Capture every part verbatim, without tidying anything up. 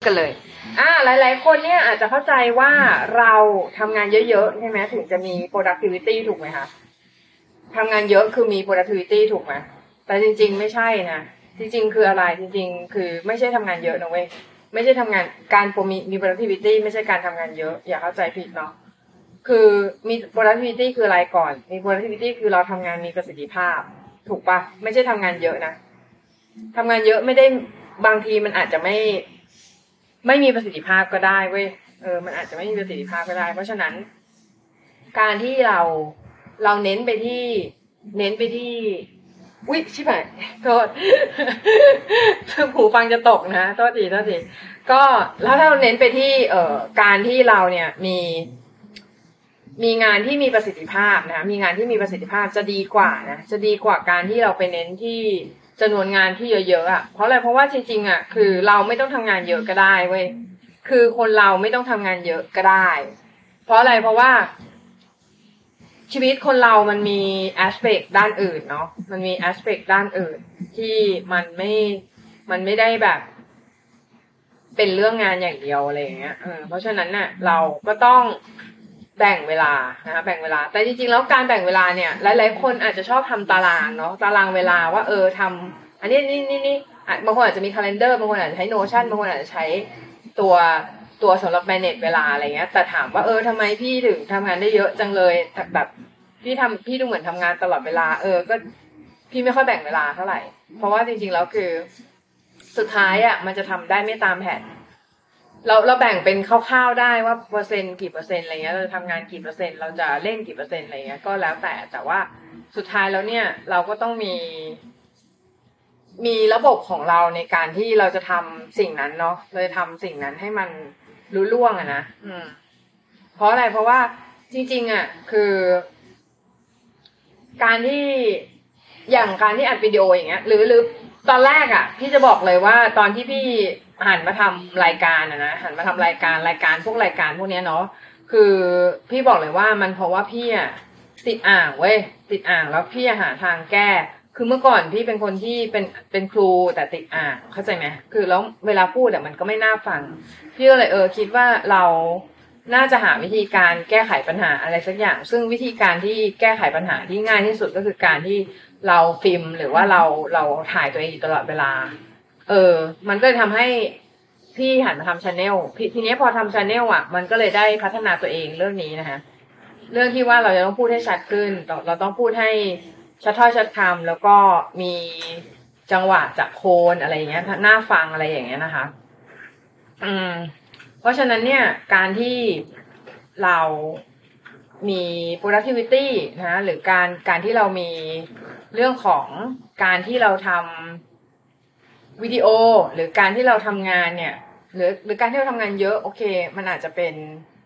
กันเลยอ่าหลายๆคนเนี่ยอาจจะเข้าใจว่าเราทำงานเยอะๆใช่ไหมถึงจะมี productivity ถูกไหมคะทำงานเยอะคือมี productivity ถูกไหมแต่จริงๆไม่ใช่นะจริงๆคืออะไรจริงๆคือไม่ใช่ทำงานเยอะนะเว้ยไม่ใช่ทำงานการมีมี productivity ไม่ใช่การทำงานเยอะอย่าเข้าใจผิดเนาะคือมี productivity คืออะไรก่อนมี productivity คือเราทำงานมีประสิทธิภาพถูกปะไม่ใช่ทำงานเยอะนะทำงานเยอะไม่ได้บางทีมันอาจจะไม่ไม่มีประสิทธิภาพก็ได้เว้ยเออมันอาจจะไม่มีประสิทธิภาพก็ได้เพราะฉะนั้นการที่เราเราเน้นไปที่เน้นไปที่อุ๊ยชิบหายโทษหูฟังจะตกนะโทษทีโทษทีก็แล้วถ้าเราเน้นไปที่เอ่อการที่เราเนี่ยมีมีงานที่มีประสิทธิภาพนะมีงานที่มีประสิทธิภาพจะดีกว่านะจะดีกว่าการที่เราไปเน้นที่จำนวนงานที่เยอะๆอ่ะเพราะอะไรเพราะว่าจริงๆอ่ะคือเราไม่ต้องทำงานเยอะก็ได้เว้ยคือคนเราไม่ต้องทำงานเยอะก็ได้เพราะอะไรเพราะว่าชีวิตคนเรามันมี aspect ด้านอื่นเนาะมันมี aspect ด้านอื่นที่มันไม่มันไม่ได้แบบเป็นเรื่องงานอย่างเดียวอะไรอย่างเงี้ยเออเพราะฉะนั้นน่ะเราก็ต้องแบ่งเวลานะคะแบ่งเวลาแต่จริงๆแล้วการแบ่งเวลาเนี่ยหลายๆคนอาจจะชอบทำตารางเนาะตารางเวลาว่าเออทำอันนี้นี่นี่นี่บางคนอาจจะมี calendar บางคนอาจจะใช้ Notion บางคนอาจจะใช้ตัวตัวสำหรับ manage เวลาอะไรเงี้ยแต่ถามว่าเออทำไมพี่ถึงทำงานได้เยอะจังเลยแบบพี่ทำพี่ดูเหมือนทำงานตลอดเวลาเออก็พี่ไม่ค่อยแบ่งเวลาเท่าไหร่เพราะว่าจริงๆแล้วคือสุดท้ายอ่ะมันจะทำได้ไม่ตามแผนเราเราแบ่งเป็นคร่าวๆได้ว่าเปอร์เซ็นต์กี่เปอร์เซ็นต์อะไรเงี้ยเราจะทำงานกี่เปอร์เซ็นต์เราจะเล่นกี่เปอร์เซ็นต์อะไรเงี้ยก็แล้วแต่แต่ว่าสุดท้ายแล้วเนี่ยเราก็ต้องมีมีระบบของเราในการที่เราจะทำสิ่งนั้นเนาะเราจะทำสิ่งนั้นให้มันรู้ล่วงอะนะอืมเพราะอะไรเพราะว่าจริงๆอะคือการที่อย่างการที่อัดวิดีโออย่างเงี้ยหรือหรือตอนแรกอ่ะพี่จะบอกเลยว่าตอนที่พี่หันมาทำรายการอะนะหันมาทำรายการรายการพวกรายการพวกนี้เนาะคือพี่บอกเลยว่ามันเพราะว่าพี่อ่ะติดอ่างเว้ยติดอ่างแล้วพี่หาทางแก้คือเมื่อก่อนพี่เป็นคนที่เป็นเป็นครูแต่ติดอ่างเข้าใจไหมคือแล้วเวลาพูดอ่ะมันก็ไม่น่าฟังพี่ก็เลยเออคิดว่าเราน่าจะหาวิธีการแก้ไขปัญหาอะไรสักอย่างซึ่งวิธีการที่แก้ไขปัญหาที่ง่ายที่สุดก็คือการที่เราฟิล์มหรือว่าเราเราถ่ายตัวเองอยู่ตลอดเวลาเออมันก็เลยทำให้พี่หันมาทำชาแนลทีนี้พอทำชาแนลอ่ะมันก็เลยได้พัฒนาตัวเองเรื่องนี้นะคะเรื่องที่ว่าเราจะต้องพูดให้ชัดขึ้นเราเราต้องพูดให้ชัดถ้อยชัดคำแล้วก็มีจังหวะจากโคนอะไรอย่างเงี้ยน่าฟังอะไรอย่างเงี้ยนะคะอืมเพราะฉะนั้นเนี่ยการที่เรามี productivity นะหรือการการที่เรามีเรื่องของการที่เราทำวิดีโอหรือการที่เราทำงานเนี่ยหรือหรือการที่เราทำงานเยอะโอเคมันอาจจะเป็น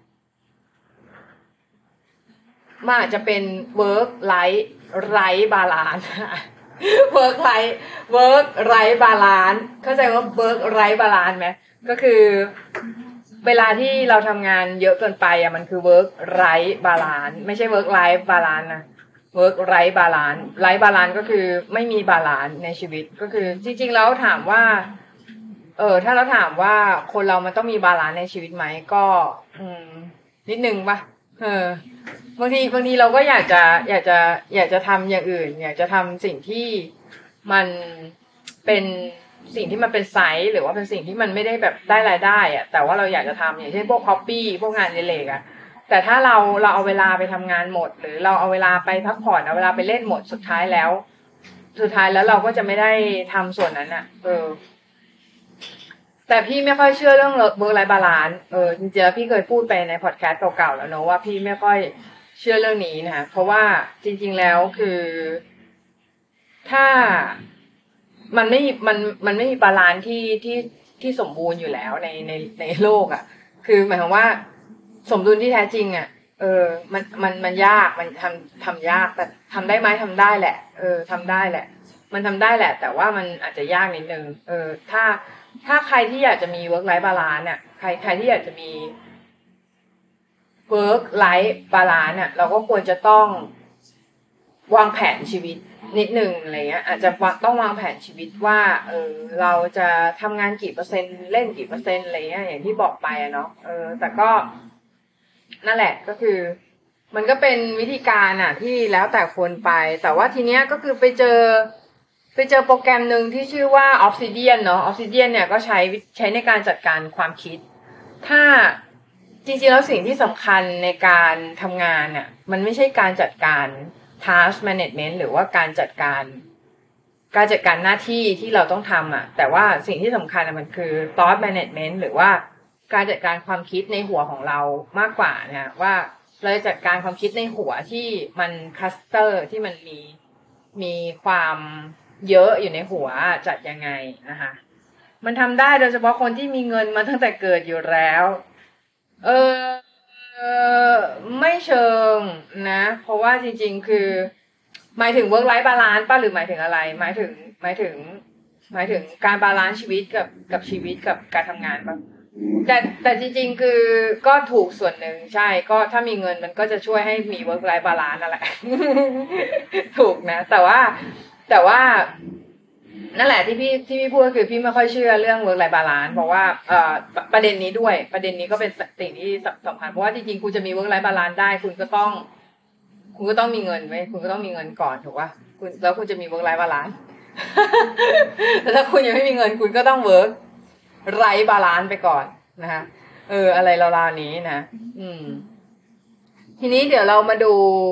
มันอาจจะเป็น work life ไร้บาลานซ์ work life work ไร้บาลานซ์เข้าใจว่า work ไร้บาลานซ์ไหมก็คือเวลาที่เราทำงานเยอะเกินไปอ่ะมันคือ work ไร้บาลานซ์ไม่ใช่ work life บาลานซ์นะ work ไร้บาลานซ์ไร้บาลานซ์ก็คือไม่มีบาลานซ์ในชีวิตก็คือจริงๆแล้วถามว่าเออถ้าเราถามว่าคนเรามันต้องมีบาลานซ์ในชีวิตไหมก็อืมนิดนึงป่ะเออบางทีบางทีเราก็อยากจะอยากจะอยากจะทำอย่างอื่นอยากจะทำสิ่งที่มันเป็นสิ่งที่มันเป็นไซส์หรือว่าเป็นสิ่งที่มันไม่ได้แบบได้รายได้อะแต่ว่าเราอยากจะทำอย่างเช่นพวกฮอปปี้พวกงานอดิเรกอะแต่ถ้าเราเราเอาเวลาไปทำงานหมดหรือเราเอาเวลาไปพักผ่อนเอาเวลาไปเล่นหมดสุดท้ายแล้วสุดท้ายแล้วเราก็จะไม่ได้ทำส่วนนั้นอะเออแต่พี่ไม่ค่อยเชื่อเรื่อง work life balance เออจริงๆแล้วพี่เคยพูดไปในพอดแคสต์เก่าๆแล้วเนอะว่าพี่ไม่ค่อยเชื่อเรื่องนี้นะคะเพราะว่าจริงๆแล้วคือถ้ามันไม่มันมันไม่มีบาลานซ์ที่ที่ที่สมบูรณ์อยู่แล้วในในในโลกอ่ะคือหมายความว่าสมดุลที่แท้จริงอ่ะเออมันมันมันยากมันทำทำยากแต่ทำได้ไหมทำได้แหละเออทำได้แหละมันทำได้แหละแต่ว่ามันอาจจะยากนิดนึงเออถ้าถ้าใครที่อยากจะมี work life balance น่ะใครใครที่อยากจะมี work life balance น่ะเราก็ควรจะต้องวางแผนชีวิตนิดนึงอะไรเงี้ยอาจจะต้องวางแผนชีวิตว่าเออเราจะทำงานกี่เปอร์เซ็นต์เล่นกี่เปอร์เซ็นต์อะไรเงี้ยอย่างที่บอกไปอะเนาะเออแต่ก็นั่นแหละก็คือมันก็เป็นวิธีการอะที่แล้วแต่คนไปแต่ว่าทีเนี้ยก็คือไปเจอไปเจอโปรแกรมหนึ่งที่ชื่อว่า Obsidian เนาะ Obsidian เนี่ยก็ใช้ใช้ในการจัดการความคิดถ้าจริงๆแล้วสิ่งที่สำคัญในการทำงานน่ะมันไม่ใช่การจัดการ task management หรือว่าการจัดการการจัดการหน้าที่ที่เราต้องทำอ่ะแต่ว่าสิ่งที่สำคัญมันคือ thought management หรือว่าการจัดการความคิดในหัวของเรามากกว่านะว่าเราจะจัดการความคิดในหัวที่มันคลัสเตอร์ที่มันมีมีความเยอะอยู่ในหัวจัดยังไงนะคะมันทำได้โดยเฉพาะคนที่มีเงินมาตั้งแต่เกิดอยู่แล้วเออเออไม่เชิงนะเพราะว่าจริงๆคือหมายถึง work life balance ป่ะหรือหมายถึงอะไรหมายถึงหมายถึงหมายถึงการบาลานซ์ชีวิตกับกับชีวิตกับการทำงานป่ะแต่แต่จริงๆคือก็ถูกส่วนหนึ่งใช่ก็ถ้ามีเงินมันก็จะช่วยให้มี work life balance นั่นแหละ ถูกนะแต่ว่าแต่ว่านั่นแหละที่พี่ที่พี่พูดก็คือพี่ไม่ค่อยเชื่อเรื่อง work life balance เพราะว่าเอ่อประเด็นนี้ด้วยประเด็นนี้ก็เป็นสิ่งที่สำคัญเพราะว่าจริงๆคุณจะมี work life balance ได้คุณก็ต้องคุณก็ต้องมีเงินไว้คุณก็ต้องมีเงินก่อนถูกป่ะคุณแล้วคุณจะมี work life balance แต่ถ้าคุณยังไม่มีเงินคุณก็ต้อง work ไร้ balance ไปก่อนนะคะเอออะไรราวๆนี้นะอืมทีนี้เดี๋ยวเรามาดู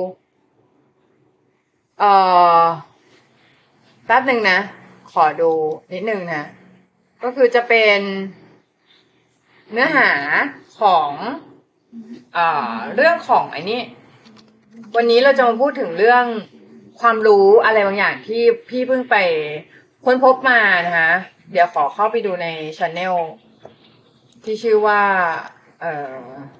เอ่อแป๊บนึงนะขอดูนิดนึงนะก็คือจะเป็นเนื้อหาของเอ่อเรื่องของไอ้นี่วันนี้เราจะมาพูดถึงเรื่องความรู้อะไรบางอย่างที่พี่เพิ่งไปค้นพบมานะคะเดี๋ยวขอเข้าไปดูใน channel ที่ชื่อว่าเอ่อ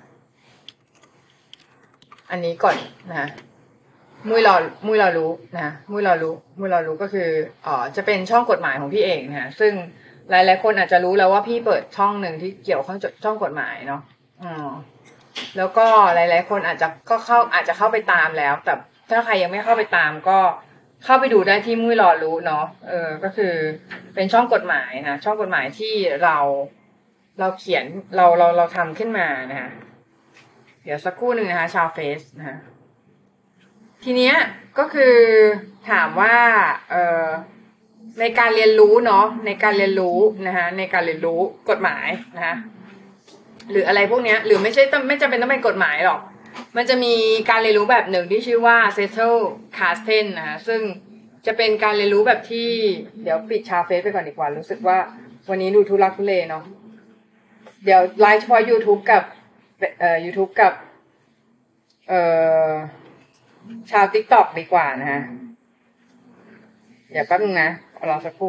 อันนี้ก่อนนะมุ้ยรอมุ้ยรอรู้นะมุ้ยรอรู้มุ้ยรอรู้ก็คืออ๋อจะเป็นช่องกฎหมายของพี่เองนะซึ่งหลายๆคนอาจจะรู้แล้วว่าพี่เปิดช่องหนึ่งที่เกี่ยวข้องกับช่องกฎหมายเนาะอืมแล้วก็หลายๆคนอาจจะก็เข้าอาจจะเข้าไปตามแล้วแต่ถ้าใครยังไม่เข้าไปตามก็เข้าไปดูได้ที่มุ้ยรอรู้เนาะเออก็คือเป็นช่องกฎหมายนะช่องกฎหมายที่เราเราเขียนเราเราเราทำขึ้นมานะคะเดี๋ยวสักครู่หนึ่งนะคะชาวเฟซนะคะทีเนี้ยก็คือถามว่าเอ่อในการเรียนรู้เนาะในการเรียนรู้นะคะในการเรียนรู้กฎหมายนะคะหรืออะไรพวกเนี้ยหรือไม่ใช่ไม่จำเป็นต้องเป็นกฎหมายหรอกมันจะมีการเรียนรู้แบบหนึ่งที่ชื่อว่า settle casten นะคะซึ่งจะเป็นการเรียนรู้แบบที่เดี๋ยวปิดชาเฟซไปก่อนดีกว่ารู้สึกว่าวันนี้ดูทุลักทุเลเนาะเดี๋ยวไลฟ์เฉพาะ YouTube กับเอ่อ YouTube กับเอ่อชาว TikTok ดีกว่านะฮะเดี๋ยวแป๊บนึงนะรอสักครู่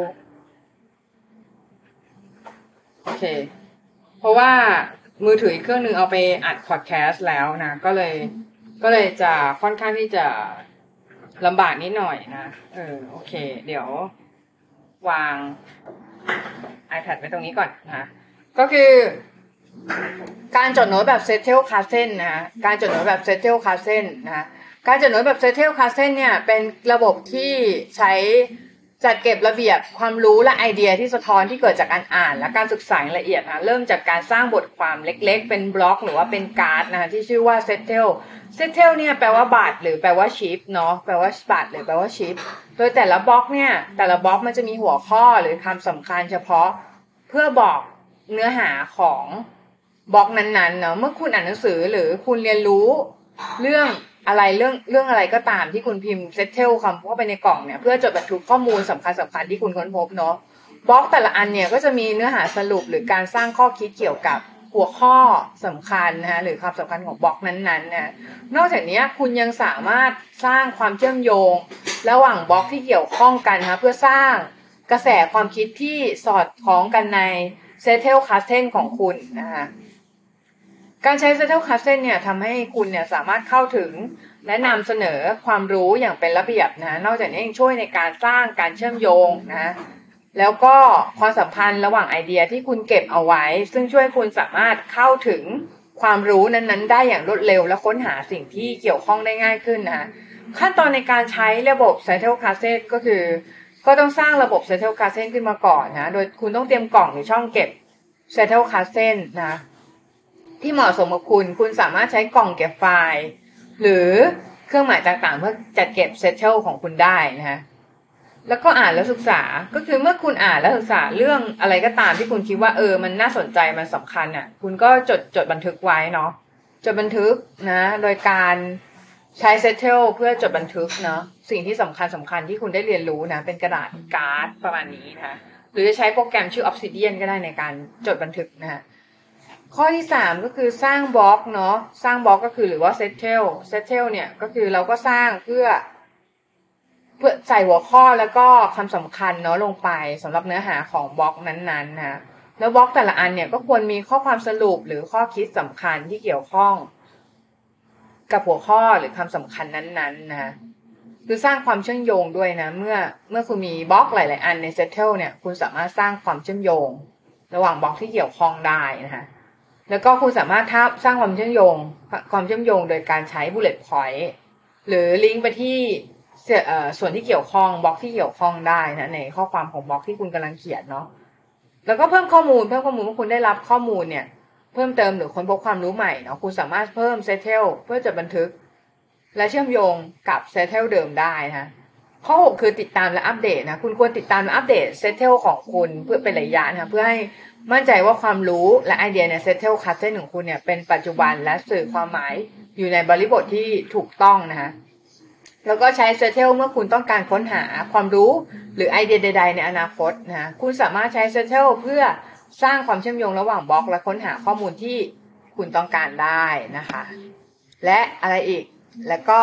โอเคเพราะว่ามือถืออีกเครื่องนึงเอาไปอัดพอดแคสต์แล้วนะก็เลยก็เลยจะค่อนข้างที่จะลำบากนิดหน่อยนะเออโอเคเดี๋ยววาง iPad ไว้ตรงนี้ก่อนนะก็คือการจดโน้ตแบบ settle casten นะการจดโน้ตแบบ settle casten นะการจดโน้ตแบบ settle casten เนี่ยเป็นระบบที่ใช้จัดเก็บระเบียบความรู้และไอเดียที่สะท้อนที่เกิดจากการอ่านและการศึกษาละเอียดนะเริ่มจากการสร้างบทความเล็กๆเป็นบล็อกหรือว่าเป็นการ์ดนะที่ชื่อว่า settle settle เนี่ยแปลว่าบาทหรือแปลว่าชิปเนาะแปลว่าบาทหรือแปลว่าชิปโดยแต่ละบล็อกเนี่ยแต่ละบล็อกมันจะมีหัวข้อหรือคำสำคัญเฉพาะเพื่อบอกเนื้อหาของบล็อกนั้นๆเนาะเมื่อคุณอ่านหนังสือหรือคุณเรียนรู้เรื่องอะไรเรื่องเรื่องอะไรก็ตามที่คุณพิมพ์ settle คำเข้าไปในกล่องเนี่ยเพื่อจดบันทึกข้อมูลสำคัญสำคัญที่คุณค้นพบเนาะบล็อกแต่ละอันเนี่ยก็จะมีเนื้อหาสรุปหรือการสร้างข้อคิดเกี่ยวกับหัวข้อสำคัญนะคะหรือความสำคัญของบล็อกนั้นๆนะนอกจากนี้คุณยังสามารถสร้างความเชื่อมโยงระหว่างบล็อกที่เกี่ยวข้องกันนะคะเพื่อสร้างกระแสความคิดที่สอดคล้องกันใน settle casten ของคุณนะคะการใช้ settle casten เนี่ยทำให้คุณเนี่ยสามารถเข้าถึงและนำเสนอความรู้อย่างเป็นระเบียบนะนอกจากนี้ยังช่วยในการสร้างการเชื่อมโยงนะแล้วก็ความสัมพันธ์ระหว่างไอเดียที่คุณเก็บเอาไว้ซึ่งช่วยคุณสามารถเข้าถึงความรู้นั้นๆได้อย่างรวดเร็วและค้นหาสิ่งที่เกี่ยวข้องได้ง่ายขึ้นนะขั้นตอนในการใช้ระบบ Settle Cassette ก็คือก็ต้องสร้างระบบ Settle Cassette ขึ้นมาก่อนนะโดยคุณต้องเตรียมกล่องหรือช่องเก็บ Settle Cassette นะที่เหมาะสมกับคุณคุณสามารถใช้กล่องเก็บไฟล์หรือเครื่องหมายต่างๆเพื่อจัดเก็บ Settle ของคุณได้นะแล้วก็อ่านและศึกษาก็คือเมื่อคุณอ่านและศึกษาเรื่องอะไรก็ตามที่คุณคิดว่าเออมันน่าสนใจมันสำคัญอ่ะคุณก็จดจดบันทึกไว้เนาะจดบันทึกนะโดยการใช้ Settle เพื่อจดบันทึกเนาะสิ่งที่สำคัญสำคัญที่คุณได้เรียนรู้นะเป็นกระดาษการ์ดประมาณนี้นะคะหรือจะใช้โปรแกรมชื่อ Obsidian ก็ได้ในการจดบันทึกนะคะข้อที่สามก็คือสร้างบล็อกเนาะสร้างบล็อกก็คือหรือว่า Settle Settle เนี่ยก็คือเราก็สร้างเพื่อเพื่อใส่หัวข้อแล้วก็คำสำคัญเนาะลงไปสำหรับเนื้อหาของบล็อกนั้นๆนะแล้วบล็อกแต่ละอันเนี่ยก็ควรมีข้อความสรุปหรือข้อคิดสำคัญที่เกี่ยวข้องกับหัวข้อหรือคำสำคัญนั้นๆนะคือสร้างความเชื่อมโยงด้วยนะเมื่อเมื่อคุณมีบล็อกหลายๆอันใน Settle เนี่ยคุณสามารถสร้างความเชื่อมโยงระหว่างบล็อกที่เกี่ยวข้องได้นะคะแล้วก็คุณสามารถสร้างความเชื่อมโยงความเชื่อมโยงโดยการใช้ bullet point หรือลิงก์ไปที่ส่วนที่เกี่ยวข้องบล็อกที่เกี่ยวข้องได้นะในข้อความของบล็อกที่คุณกำลังเขียนเนาะแล้วก็เพิ่มข้อมูลเพิ่มข้อมูลว่าคุณได้รับข้อมูลเนี่ยเพิ่มเติมหรือค้นพบความรู้ใหม่เนาะคุณสามารถเพิ่ม Settle เพื่อจดบันทึกและเชื่อมโยงกับ Settle เดิมได้นะข้อหกคือติดตามและอัปเดตนะคุณควรติดตามและอัปเดต Settle ของคุณเพื่อเป็นระยะนะเพื่อให้มั่นใจว่าความรู้และไอเดียใน Settle Cassette ของคุณเนี่ยเป็นปัจจุบันและสื่อความหมายอยู่ในบริบทที่ถูกต้องนะคะแล้วก็ใช้ Settle เมื่อคุณต้องการค้นหาความรู้หรือไอเดียใดๆในอนาคตนะคุณสามารถใช้ Settle เพื่อสร้างความเชื่อมโยงระหว่างบล็อกและค้นหาข้อมูลที่คุณต้องการได้นะคะและอะไรอีกแล้วก็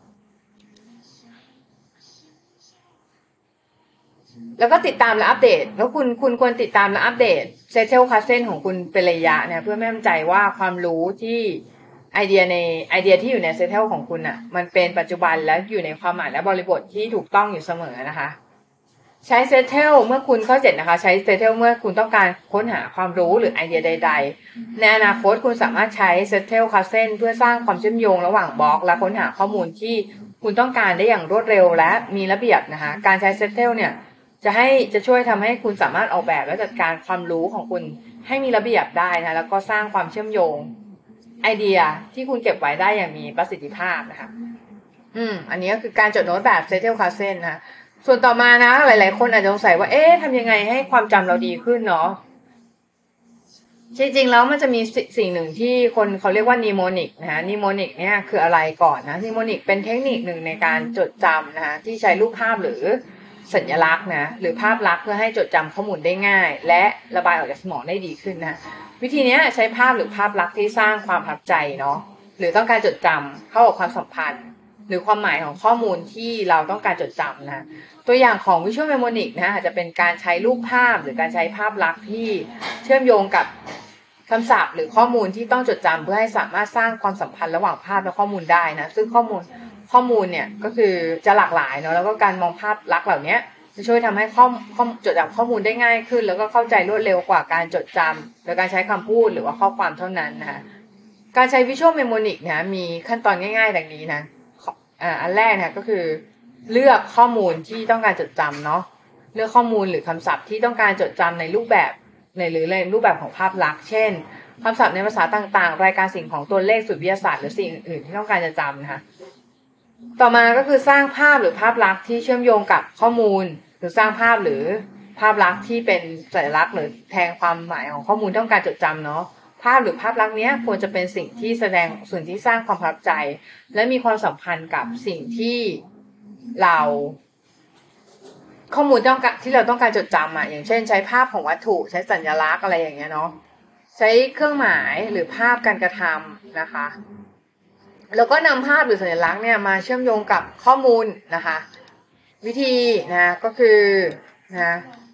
แล้วก็ติดตามและอัปเดตแล้วคุณคุณควรติดตามและอัปเดต Settle Cassette ของคุณเป็นระยะเนี่ยเพื่อมั่นใจว่าความรู้ที่ไอเดียในไอเดียที่อยู่ใน Settle ของคุณอ่ะมันเป็นปัจจุบันและอยู่ในความหมายและบริบทที่ถูกต้องอยู่เสมอนะคะใช้ Settle เมื่อคุณข้อเจ็ดนะคะใช้ Settle เมื่อคุณต้องการค้นหาความรู้หรือไอเดียใดๆในอนาคตคุณสามารถใช้ Settle Cassette เพื่อสร้างความเชื่อมโยงระหว่างบล็อกและค้นหาข้อมูลที่คุณต้องการได้อย่างรวดเร็วและมีระเบียบนะคะการใช้ Settle เนี่ยจะให้จะช่วยทำให้คุณสามารถออกแบบและจัดการความรู้ของคุณให้มีระเบียบได้นะแล้วก็สร้างความเชื่อมโยงไอเดียที่คุณเก็บไว้ได้อย่างมีประสิทธิภาพนะคะอืมอันนี้ก็คือการจดโน้ตแบบ Settle Cassette นะคะส่วนต่อมานะหลายๆคนอาจจะสงสัยว่าเอ๊ะทำยังไงให้ความจำเราดีขึ้นเนาะจริงๆแล้วมันจะมีสิ่งหนึ่งที่คนเขาเรียกว่านีโมนิกนะคะนีโมนิกเนี่ยคืออะไรก่อนนะนีโมนิกเป็นเทคนิคหนึ่งในการจดจำนะคะที่ใช้รูปภาพหรือสัญลักษณ์นะหรือภาพลักษณ์เพื่อให้จดจำข้อมูลได้ง่ายและระบายออกจากสมองได้ดีขึ้นนะวิธีนี้ใช้ภาพหรือภาพลักษณ์ที่สร้างความประทับใจเนาะหรือต้องการจดจำเข้ากับความสัมพันธ์หรือความหมายของข้อมูลที่เราต้องการจดจำนะตัวอย่างของ Visual Mnemonic นะอาจจะเป็นการใช้รูปภาพหรือการใช้ภาพลักษณ์ที่เชื่อมโยงกับคำศัพท์หรือข้อมูลที่ต้องจดจำเพื่อให้สามารถสร้างความสัมพันธ์ระหว่างภาพและข้อมูลได้นะซึ่งข้อมูลข้อมูลเนี่ยก็คือจะหลากหลายเนาะแล้วก็การมองภาพลักษณ์เหล่านี้จะช่วยทำให้ข้อข้อจดจำข้อมูลได้ง่ายขึ้นแล้วก็เข้าใจรวดเร็วกว่าการจดจำโดยการใช้คำพูดหรือว่าข้อความเท่านั้นนะคะการใช้ Visual Mnemonic นะมีขั้นตอนง่ายๆดังนี้นะอ่าอันแรกนะก็คือเลือกข้อมูลที่ต้องการจดจำเนาะเลือกข้อมูลหรือคำศัพท์ที่ต้องการจดจำในรูปแบบในหรือในรูปแบบของภาพลักษณ์เช่นคำศัพท์ในภาษาต่างๆรายการสิ่งของตัวเลขสูตรวิทยาศาสตร์หรือสิ่งอื่นๆที่ต้องการจะจำนะคะต่อมาก็คือสร้างภาพหรือภาพลักษณ์ที่เชื่อมโยงกับข้อมูลหรือสร้างภาพหรือภาพลักษณ์ที่เป็นสัญลักษณ์หรือแทนความหมายของข้อมูลต้องการจดจำเนาะภาพหรือภาพลักษณ์นี้ควรจะเป็นสิ่งที่แสดงส่วนที่สร้างความประทับใจและมีความสัมพันธ์กับสิ่งที่เราข้อมูลต้องการที่เราต้องการจดจำอ่ะอย่างเช่นใช้ภาพของวัตถุใช้สัญลักษณ์อะไรอย่างเงี้ยเนาะใช้เครื่องหมายหรือภาพการกระทำนะคะแล้วก็นำภาพหรือสัญลักษณ์เนี่ยมาเชื่อมโยงกับข้อมูลนะคะวิธีนะก็คือนะ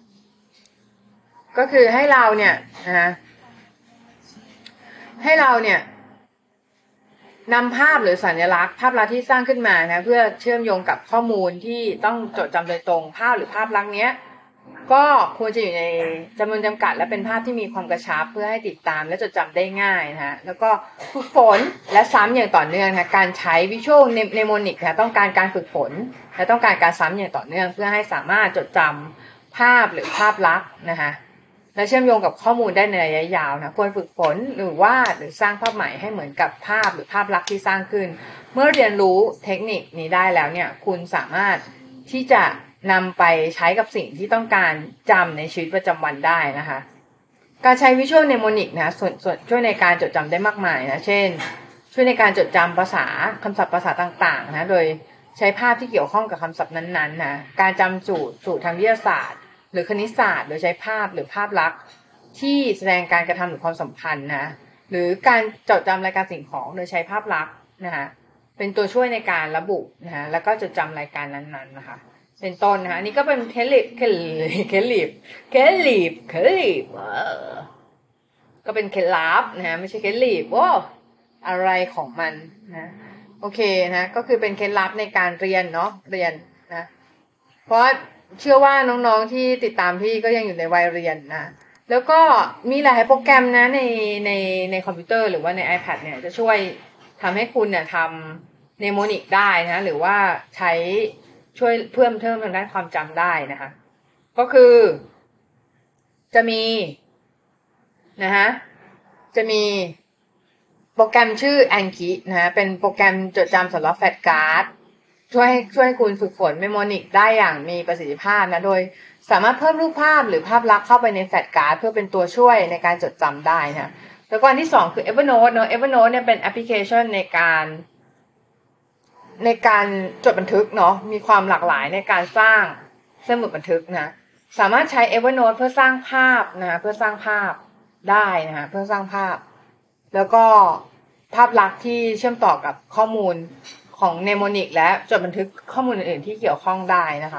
ก็คือให้เราเนี่ยนะให้เราเนี่ยนำภาพหรือสัญลักษณ์ภาพลักษณ์ที่สร้างขึ้นมานะเพื่อเชื่อมโยงกับข้อมูลที่ต้องจดจำโดยตรงภาพหรือภาพลักษณ์เนี้ยก็ควรจะอยู่ในจำนวนจำกัดและเป็นภาพที่มีความกระชับเพื่อให้ติดตามและจดจำได้ง่ายนะฮะแล้วก็ฝึกฝนและซ้ำอย่างต่อเนื่องนะคะการใช้วิชวลเนโมนิกนะต้องการการฝึกฝนและต้องการการซ้ำอย่างต่อเนื่องเพื่อให้สามารถจดจำภาพหรือภาพลักษณ์นะคะและเชื่อมโยงกับข้อมูลได้ในระยะยาวนะควรฝึกฝนหรือวาดหรือสร้างภาพใหม่ให้เหมือนกับภาพหรือภาพลักษณ์ที่สร้างขึ้นเมื่อเรียนรู้เทคนิคนี้ได้แล้วเนี่ยคุณสามารถที่จะนำไปใช้กับสิ่งที่ต้องการจำในชีวิตประจำวันได้นะคะการใช้วิชวลเนโมนิกนะส่วนส่วนช่วยในการจดจำได้มากมายนะเช่นช่วยในการจดจำภาษาคำศัพท์ภาษาต่างๆนะโดยใช้ภาพที่เกี่ยวข้องกับคำศัพท์นั้นๆนะการจำสูตรสูตรทางวิทยาศาสตร์หรือคณิตศาสตร์โดยใช้ภาพหรือภาพลักษณ์ที่แสดงการกระทำหรือความสัมพันธ์นะหรือการจดจำรายการสิ่งของโดยใช้ภาพลักษณ์นะคะเป็นตัวช่วยในการระบุนะแล้วก็จดจำรายการนั้นๆนะคะเป็นต้นนะคะนี่ก็เป็นเคลิปเคลิปเคลิปเคลิปเคลิปก็เป็นเคลับนะฮะไม่ใช่เคลิปว้าอะไรของมันนะโอเคนะก็คือเป็นเคล็ดลับในการเรียนเนาะเรียนนะเพราะเชื่อว่าน้องๆที่ติดตามพี่ก็ยังอยู่ในวัยเรียนนะแล้วก็มีหลายโปรแกรมนะในในในคอมพิวเตอร์หรือว่าใน iPad เนี่ยจะช่วยทำให้คุณเนี่ยทำเนโมนิกได้นะหรือว่าใช้ช่วยเพิ่มเพิ่มทางด้านความจำได้นะคะก็คือจะมีนะฮะจะมีโปรแกรมชื่อ Anki นะฮะเป็นโปรแกรมจดจำสำหรับแฟลชการ์ดช่วยช่วยให้คุณฝึกฝนเมโมนิกได้อย่างมีประสิทธิภาพนะโดยสามารถเพิ่มรูปภาพหรือภาพลักษณ์เข้าไปในแฟลชการ์ดเพื่อเป็นตัวช่วยในการจดจำได้นะแล้วก็อันที่สองคือ Evernote เนอะ Evernote เนี่ยเป็นแอปพลิเคชันในการในการจดบันทึกเนาะมีความหลากหลายในการสร้างสมุดบันทึกนะสามารถใช้ Evernote เพื่อสร้างภาพนะเพื่อสร้างภาพได้นะเพื่อสร้างภาพแล้วก็ภาพลักษณ์ที่เชื่อมต่อกับข้อมูลของเนโมนิกและจดบันทึกข้อมูลอื่นๆที่เกี่ยวข้องได้นะคะ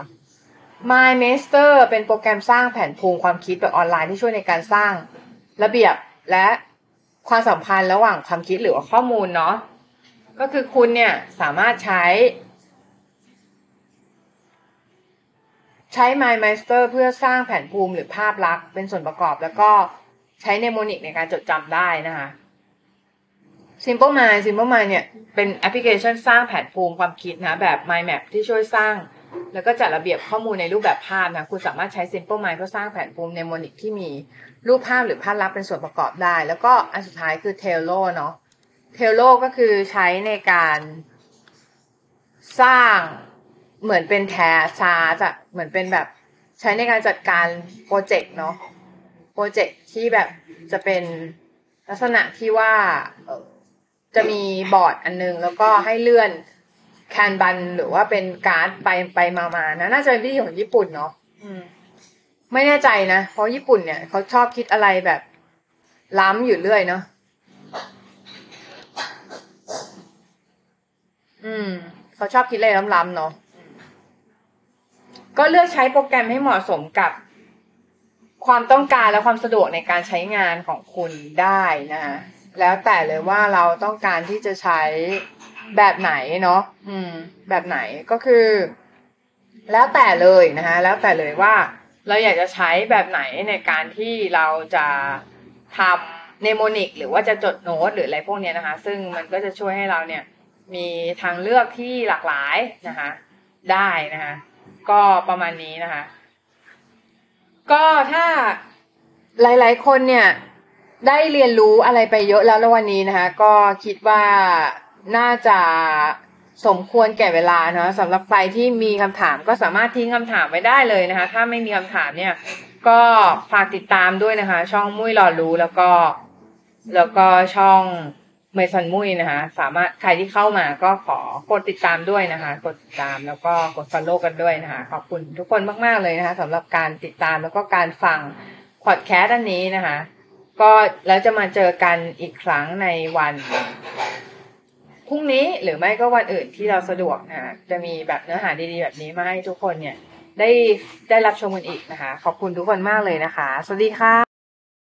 MindMaster เป็นโปรแกรมสร้างแผนภูมิความคิดแบบออนไลน์ที่ช่วยในการสร้างระเบียบและความสัมพันธ์ระหว่างความคิดหรือว่าข้อมูลเนาะก็คือคุณเนี่ยสามารถใช้ใช้ MindMaster เพื่อสร้างแผนภูมิหรือภาพลักษณ์เป็นส่วนประกอบแล้วก็ใช้เนโมนิกในการจดจำได้นะคะ Simple Mind Simple Mind เนี่ยเป็นแอปพลิเคชันสร้างแผนภูมิความคิดนะแบบ Mind Map ที่ช่วยสร้างแล้วก็จัดระเบียบข้อมูลในรูปแบบภาพนะคุณสามารถใช้ Simple Mind เพื่อสร้างแผนภูมิเนโมนิกที่มีรูปภาพหรือภาพลักษณ์เป็นส่วนประกอบได้แล้วก็อันสุดท้ายคือ Trello เนาะ Trello ก็คือใช้ในการสร้างเหมือนเป็นแทสชาร์ตอะเหมือนเป็นแบบใช้ในการจัดการโปรเจกต์เนาะโปรเจกต์ที่แบบจะเป็นลักษณะที่ว่าจะมีบอร์ดอันนึงแล้วก็ให้เลื่อนแคนบันหรือว่าเป็นการ์ดไปไปมาๆนะน่าจะเป็นวิธีของญี่ปุ่นเนาะอืมไม่แน่ใจนะเพราะญี่ปุ่นเนี่ยเขาชอบคิดอะไรแบบล้ำอยู่เรื่อยเนาะอืมเขาชอบคิดอะไรล้ำๆเนาะก็เลือกใช้โปรแกรมให้เหมาะสมกับความต้องการและความสะดวกในการใช้งานของคุณได้นะแล้วแต่เลยว่าเราต้องการที่จะใช้แบบไหนเนาะอืมแบบไหนก็คือแล้วแต่เลยนะคะแล้วแต่เลยว่าเราอยากจะใช้แบบไหนในการที่เราจะทำเนโมนิกหรือว่าจะจดโน้ตหรืออะไรพวกนี้นะคะซึ่งมันก็จะช่วยให้เราเนี่ยมีทางเลือกที่หลากหลายนะคะได้นะคะก็ประมาณนี้นะคะก็ถ้าหลายๆคนเนี่ยได้เรียนรู้อะไรไปเยอะแล้วในวันนี้นะคะก็คิดว่าน่าจะสมควรแก่เวลาเนาะสำหรับใครที่มีคำถามก็สามารถทิ้งคำถามไว้ได้เลยนะคะถ้าไม่มีคำถามเนี่ยก็ฝากติดตามด้วยนะคะช่องมุ้ยรอรู้แล้วก็แล้วก็ช่องเมซันมุ้ยนะคะสามารถใครที่เข้ามาก็ขอกดติดตามด้วยนะคะกดติดตามแล้วก็กด follow กันด้วยนะคะขอบคุณทุกคนมากๆเลยนะคะสำหรับการติดตามแล้วก็การฟังพอดแคสต์อันนี้นะคะก็แล้วจะมาเจอกันอีกครั้งในวันพรุ่งนี้หรือไม่ก็วันอื่นที่เราสะดวกนะคะจะมีแบบเนื้อหาดีๆแบบนี้มาให้ทุกคนเนี่ยได้ได้รับชมกันอีกนะคะขอบคุณทุกคนมากเลยนะคะสวัสดีค่ะ